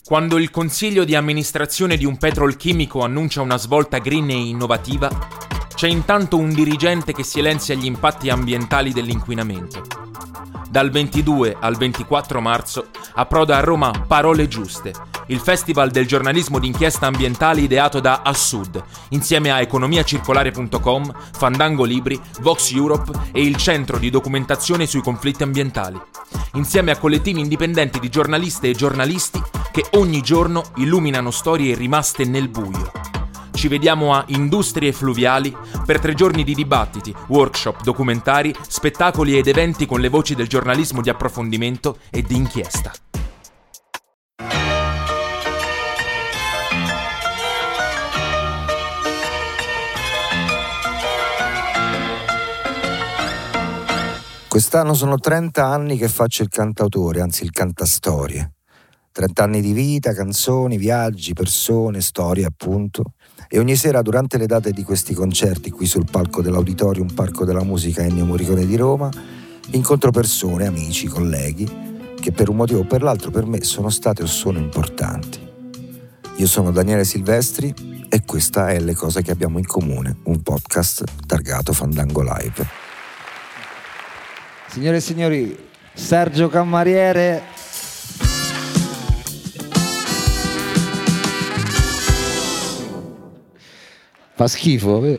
Quando il consiglio di amministrazione di un petrolchimico annuncia una svolta green e innovativa, c'è intanto un dirigente che silenzia gli impatti ambientali dell'inquinamento. Dal 22 al 24 marzo approda a Roma Parole Giuste, il festival del giornalismo d'inchiesta ambientale ideato da Assud, insieme a economiacircolare.com, Fandango Libri, Vox Europe e il Centro di Documentazione sui Conflitti Ambientali, insieme a collettivi indipendenti di giornaliste e giornalisti che ogni giorno illuminano storie rimaste nel buio. Ci vediamo a Industrie Fluviali per 3 giorni di dibattiti, workshop, documentari, spettacoli ed eventi con le voci del giornalismo di approfondimento e di inchiesta. Quest'anno sono 30 anni che faccio il cantautore, anzi il cantastorie. 30 anni di vita, canzoni, viaggi, persone, storie appunto. E ogni sera durante le date di questi concerti qui sul palco dell'Auditorium Parco della Musica Ennio Morricone di Roma incontro persone, amici, colleghi che per un motivo o per l'altro per me sono state o sono importanti. Io sono Daniele Silvestri e questa è Le cose che abbiamo in comune, un podcast targato Fandango Live. Signore e signori, Sergio Camariere. Fa schifo.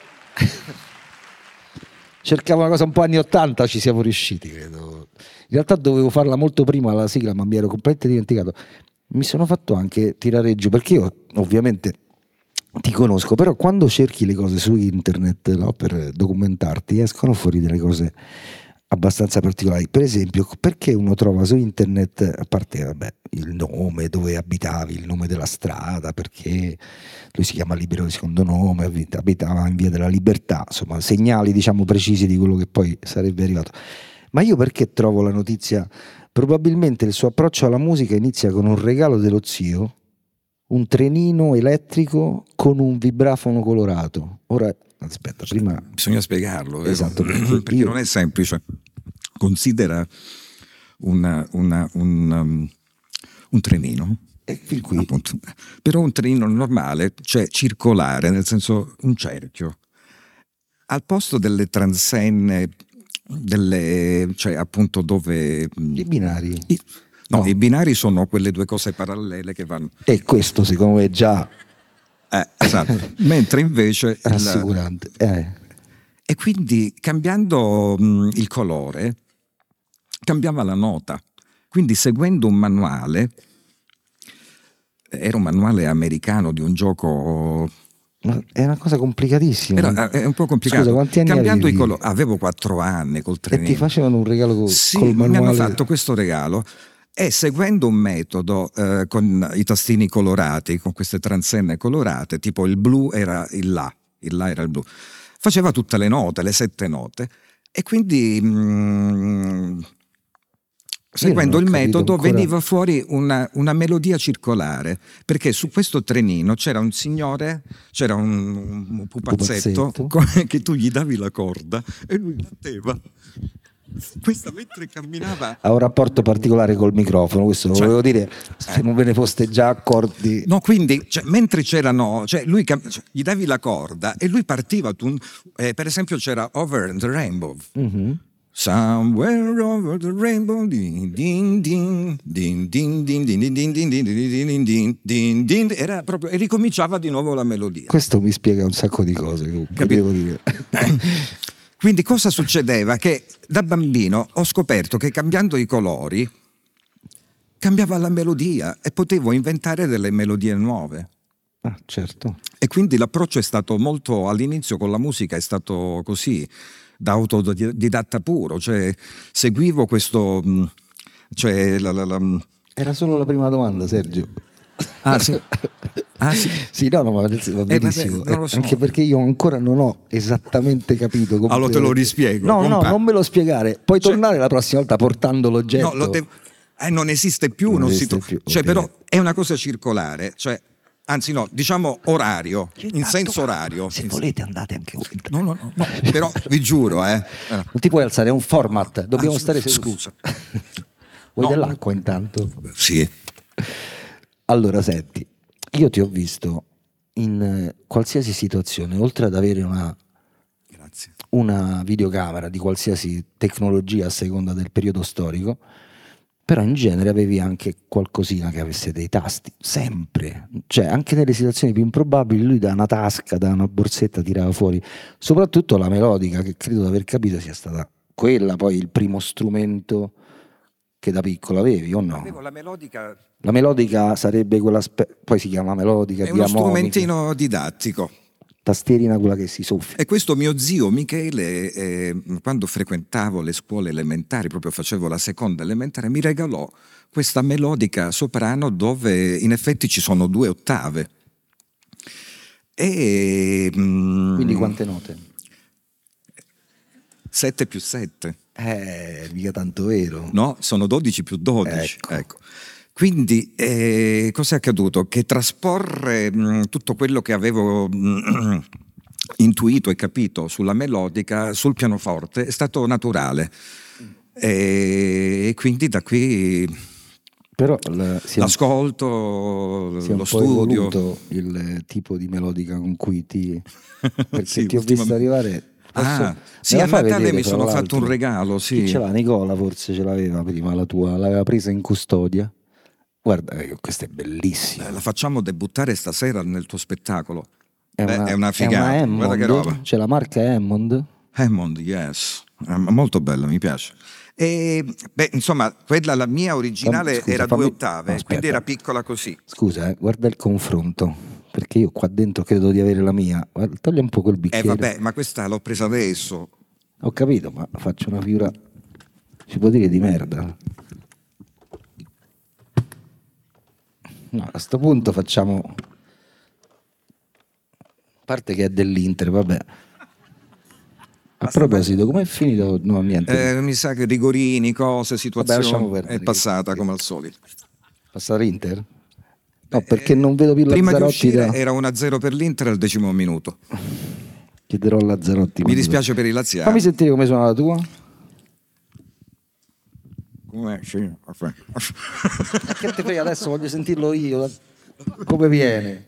Cercavo una cosa un po' anni 80, ci siamo riusciti, credo. In realtà dovevo farla molto prima la sigla, ma mi ero completamente dimenticato. Mi sono fatto anche tirare giù, perché io ovviamente ti conosco, però quando cerchi le cose su internet, no, per documentarti, escono fuori delle cose abbastanza particolari. Per esempio, perché uno trova su internet, a parte il nome, dove abitavi, il nome della strada, perché lui si chiama Libero di secondo nome, abitava in Via della Libertà, insomma segnali diciamo precisi di quello che poi sarebbe arrivato. Ma io perché trovo la notizia? Probabilmente il suo approccio alla musica inizia con un regalo dello zio, un trenino elettrico con un vibrafono colorato. Ora aspetta, prima bisogna spiegarlo, vero? Esatto, perché non è semplice. Considera un trenino, qui. Appunto. Però un trenino normale, cioè circolare, nel senso un cerchio. Al posto delle transenne, cioè appunto dove i binari. I binari sono quelle due cose parallele che vanno. E questo secondo me è già esatto. Mentre invece rassicurante. E quindi cambiando il colore cambiava la nota. Quindi seguendo un manuale, era un manuale americano di un gioco. Ma è una cosa complicatissima. È un po' complicato. Scusa, quanti anni cambiando avevi? I colori, avevo 4 anni col trenino. E ti facevano un regalo col manuale? Mi hanno fatto questo regalo. E seguendo un metodo con i tastini colorati, con queste transenne colorate, tipo il blu era il là era il blu, faceva tutte le note, le 7 note, e quindi seguendo il metodo ancora. Veniva fuori una melodia circolare, perché su questo trenino c'era un signore, c'era un pupazzetto che tu gli davi la corda e lui batteva. Questa mentre camminava ha un rapporto particolare col microfono, questo lo volevo dire, se non ve ne foste già accorti. No, quindi mentre c'erano, lui gli davi la corda e lui partiva, per esempio c'era Over the Rainbow, Somewhere over the rainbow, din din din din din din din din din din din din din, era proprio, e ricominciava di nuovo la melodia. Questo mi spiega un sacco di cose, devo dire. Quindi cosa succedeva? Che da bambino ho scoperto che cambiando i colori cambiava la melodia e potevo inventare delle melodie nuove. Ah, certo. E quindi l'approccio è stato molto, all'inizio con la musica è stato così, da autodidatta puro, cioè seguivo questo, cioè Era solo la prima domanda, Sergio. Ah sì. Sì, no, ma va benissimo. Non lo so. Anche perché io ancora non ho esattamente capito come. Allora te lo rispiego. No, non me lo spiegare. Puoi tornare la prossima volta portando l'oggetto. No, non esiste più. Non esiste più. Cioè, Okay. però è una cosa circolare, cioè, anzi no, diciamo orario, in senso orario. Se volete andate anche voi. No, però vi giuro, Non ti puoi alzare, è un format, dobbiamo stare seduti. Scusa. Vuoi No. dell'acqua intanto? Sì. Allora, senti, io ti ho visto in qualsiasi situazione, oltre ad avere Grazie. una videocamera di qualsiasi tecnologia a seconda del periodo storico, però in genere avevi anche qualcosina che avesse dei tasti, sempre, cioè anche nelle situazioni più improbabili lui da una tasca, da una borsetta tirava fuori, soprattutto la melodica, che credo di aver capito sia stata quella poi il primo strumento che da piccolo avevi, o no? Avevo la melodica. La melodica sarebbe quella, poi si chiama melodica, È uno diamonica, strumentino didattico. tastierina quella che si soffia. E questo mio zio Michele, quando frequentavo le scuole elementari, proprio facevo la seconda elementare, mi regalò questa melodica soprano dove in effetti ci sono 2 ottave. E, Quindi quante note? 7 più 7. Mica tanto vero. No, sono 12 più 12. Ecco. Ecco. Quindi cosa è accaduto? Che trasporre tutto quello che avevo intuito e capito sulla melodica sul pianoforte è stato naturale. E quindi da qui Però l'ascolto, si è un lo po' studio. evoluto il tipo di melodica con cui perché Sì, ti ho visto arrivare. Sì, me la a fai Natale vedere, mi tra sono fatto l'altro? un regalo, sì. Chi ce l'ha? Nicola forse ce l'aveva prima la tua, l'aveva presa in custodia. Guarda, questa è bellissima. La facciamo debuttare stasera nel tuo spettacolo. È una figata. È Guarda che roba. C'è la marca Hammond. Hammond, yes. Molto bello, mi piace. E, insomma, quella la mia originale Scusa, era 2 ottave, no, aspetta. quindi era piccola così. Scusa, guarda il confronto, perché io qua dentro credo di avere la mia. Guarda, togli un po' quel bicchiere. Vabbè, ma questa l'ho presa adesso. Ho capito, ma faccio una figura, si può dire, di merda. No, a sto punto facciamo, a parte che è dell'Inter, vabbè. A proposito, com'è finito? No, niente. Mi sa che rigorini, cose, Vabbè, lasciamo situazioni, perdere. è passata come al solito. Passa l'Inter? No, perché non vedo più Prima di Lazzarotti uscire era 1-0 per l'Inter al 10° minuto. Chiederò a Lazzarotti. Mi dispiace per i laziali. Fammi sentire come suona la tua. Com'è? Sì, Che te frega, adesso voglio sentirlo io. Come viene?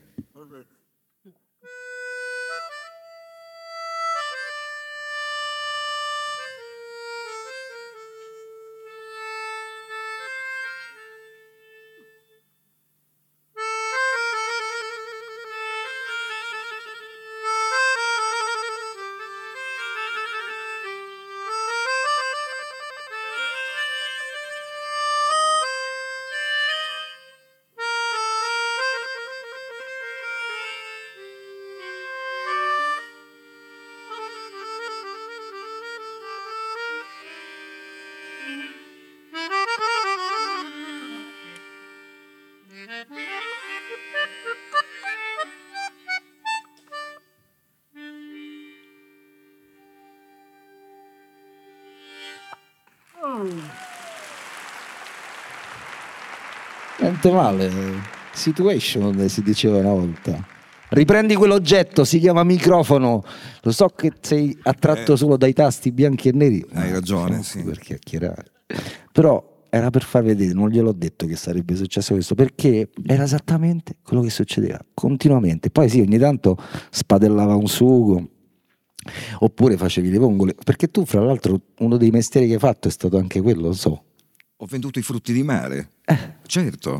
Niente male. Situation si diceva una volta. Riprendi quell'oggetto, si chiama microfono. Lo so che sei attratto solo dai tasti bianchi e neri. Hai ragione, sì. Per chiacchierare. Però era per far vedere, non gliel'ho detto che sarebbe successo questo, perché era esattamente quello che succedeva continuamente. Poi sì, ogni tanto spadellava un sugo, oppure facevi le vongole, perché tu fra l'altro uno dei mestieri che hai fatto è stato anche quello, lo so. Ho venduto i frutti di mare. Certo.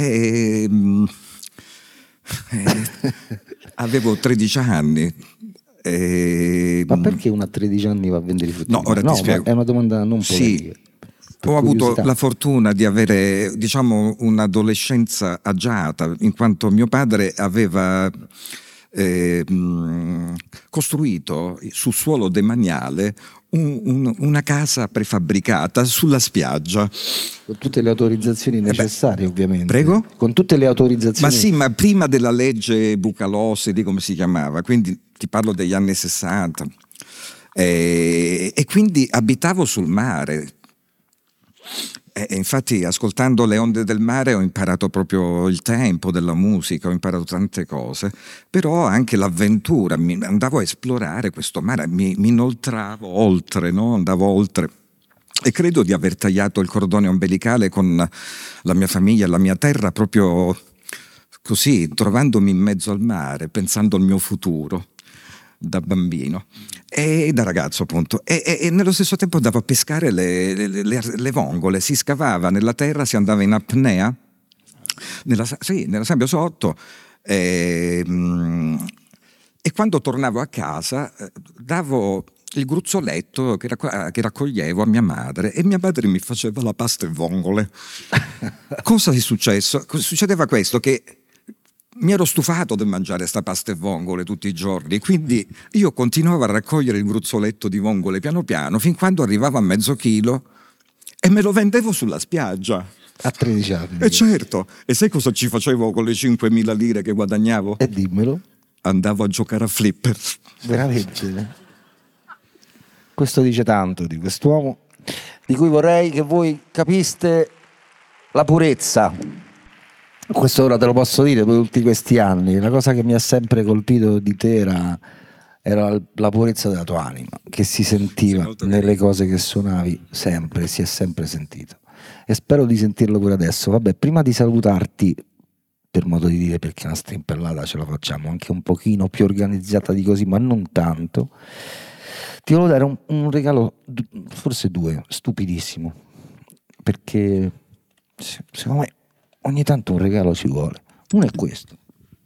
Avevo 13 anni. Ma perché uno a 13 anni va a vendere i frutti? No, ora ti spiego. È una domanda non polemica. Sì. Ho avuto la fortuna di avere, diciamo, un'adolescenza agiata, in quanto mio padre aveva costruito su suolo demaniale una casa prefabbricata sulla spiaggia. Con tutte le autorizzazioni necessarie, ovviamente. Prego? Con tutte le autorizzazioni. Ma sì, ma prima della legge Bucalossi, di come si chiamava, quindi ti parlo degli anni 60. E quindi abitavo sul mare. E infatti ascoltando le onde del mare ho imparato proprio il tempo della musica, ho imparato tante cose, però anche l'avventura, andavo a esplorare questo mare, mi inoltravo oltre, no? Andavo oltre e credo di aver tagliato il cordone ombelicale con la mia famiglia, la mia terra proprio così, trovandomi in mezzo al mare, pensando al mio futuro da bambino e da ragazzo appunto, e nello stesso tempo andavo a pescare le vongole. Si scavava nella terra, si andava in apnea nella sabbia sotto, e quando tornavo a casa davo il gruzzoletto che raccoglievo a mia madre, e mia madre mi faceva la pasta e vongole. Cosa è successo? Succedeva questo, che mi ero stufato di mangiare sta pasta e vongole tutti i giorni, quindi io continuavo a raccogliere il gruzzoletto di vongole piano piano, fin quando arrivavo a mezzo chilo e me lo vendevo sulla spiaggia. A 13 anni. E certo, e sai cosa ci facevo con le 5.000 lire che guadagnavo? E dimmelo. Andavo a giocare a flipper. Veramente? Questo dice tanto di quest'uomo, di cui vorrei che voi capiste la purezza. Questo ora te lo posso dire per tutti questi anni. La cosa che mi ha sempre colpito di te era la purezza della tua anima, che si sentiva nelle cose che suonavi, sempre, si è sempre sentito. E spero di sentirlo pure adesso. Vabbè, prima di salutarti, per modo di dire, perché una strimpellata ce la facciamo anche un pochino più organizzata di così, ma non tanto, ti volevo dare un regalo, forse due, stupidissimo, perché secondo me ogni tanto un regalo ci vuole. Uno è questo.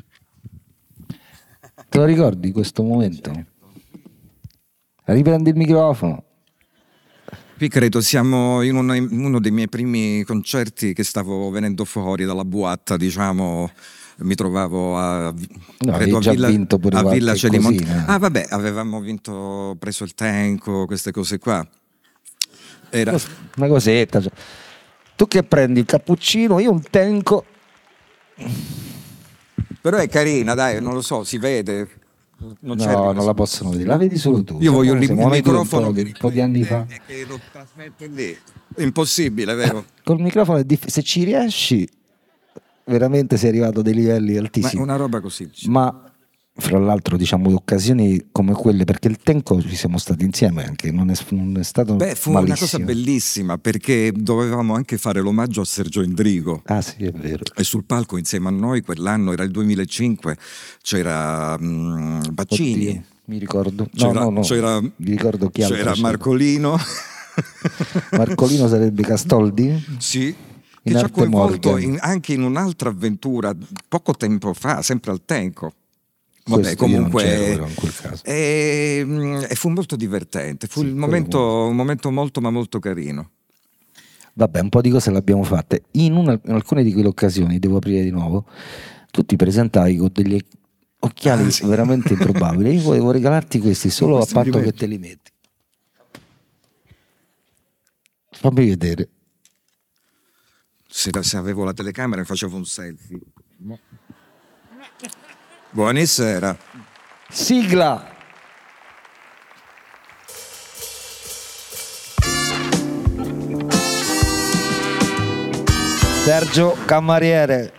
Te lo ricordi questo momento? Riprendi il microfono. Qui credo siamo in uno dei miei primi concerti, che stavo venendo fuori dalla boatta, diciamo, mi trovavo a Villa Celimonte. Ah vabbè, avevamo preso il Tenco, queste cose qua. Era una cosetta. Cioè. Tu che prendi il cappuccino, io un Tenco. Però è carina, dai, non lo so, si vede. Non la possono vedere, la vedi solo tu. Io voglio il microfono un po' di anni fa. Che lo trasmette lì. È impossibile, vero? Col microfono è se ci riesci, veramente sei arrivato a dei livelli altissimi. Ma una roba così. Ma fra l'altro, diciamo, occasioni come quelle, perché il Tenco ci siamo stati insieme anche, non è stato fu malissimo. Una cosa bellissima, perché dovevamo anche fare l'omaggio a Sergio Endrigo. Ah sì, è vero. E sul palco insieme a noi quell'anno, era il 2005, c'era Baccini. Oddio, mi ricordo. C'era, mi ricordo chi altro c'era Marcolino. Marcolino sarebbe Castoldi? Sì. Che ci ha coinvolto anche in un'altra avventura poco tempo fa, sempre al Tenco. Vabbè, comunque in quel caso. E fu molto divertente, fu un momento molto ma molto carino. Vabbè, un po' di cose le abbiamo fatte. In alcune di quelle occasioni, devo aprire di nuovo, tu ti presentavi con degli occhiali veramente improbabili. Io volevo regalarti questi solo a patto che te li metti. Fammi vedere. Se avevo la telecamera facevo un selfie. Buonasera. Sigla. Sergio Camariere.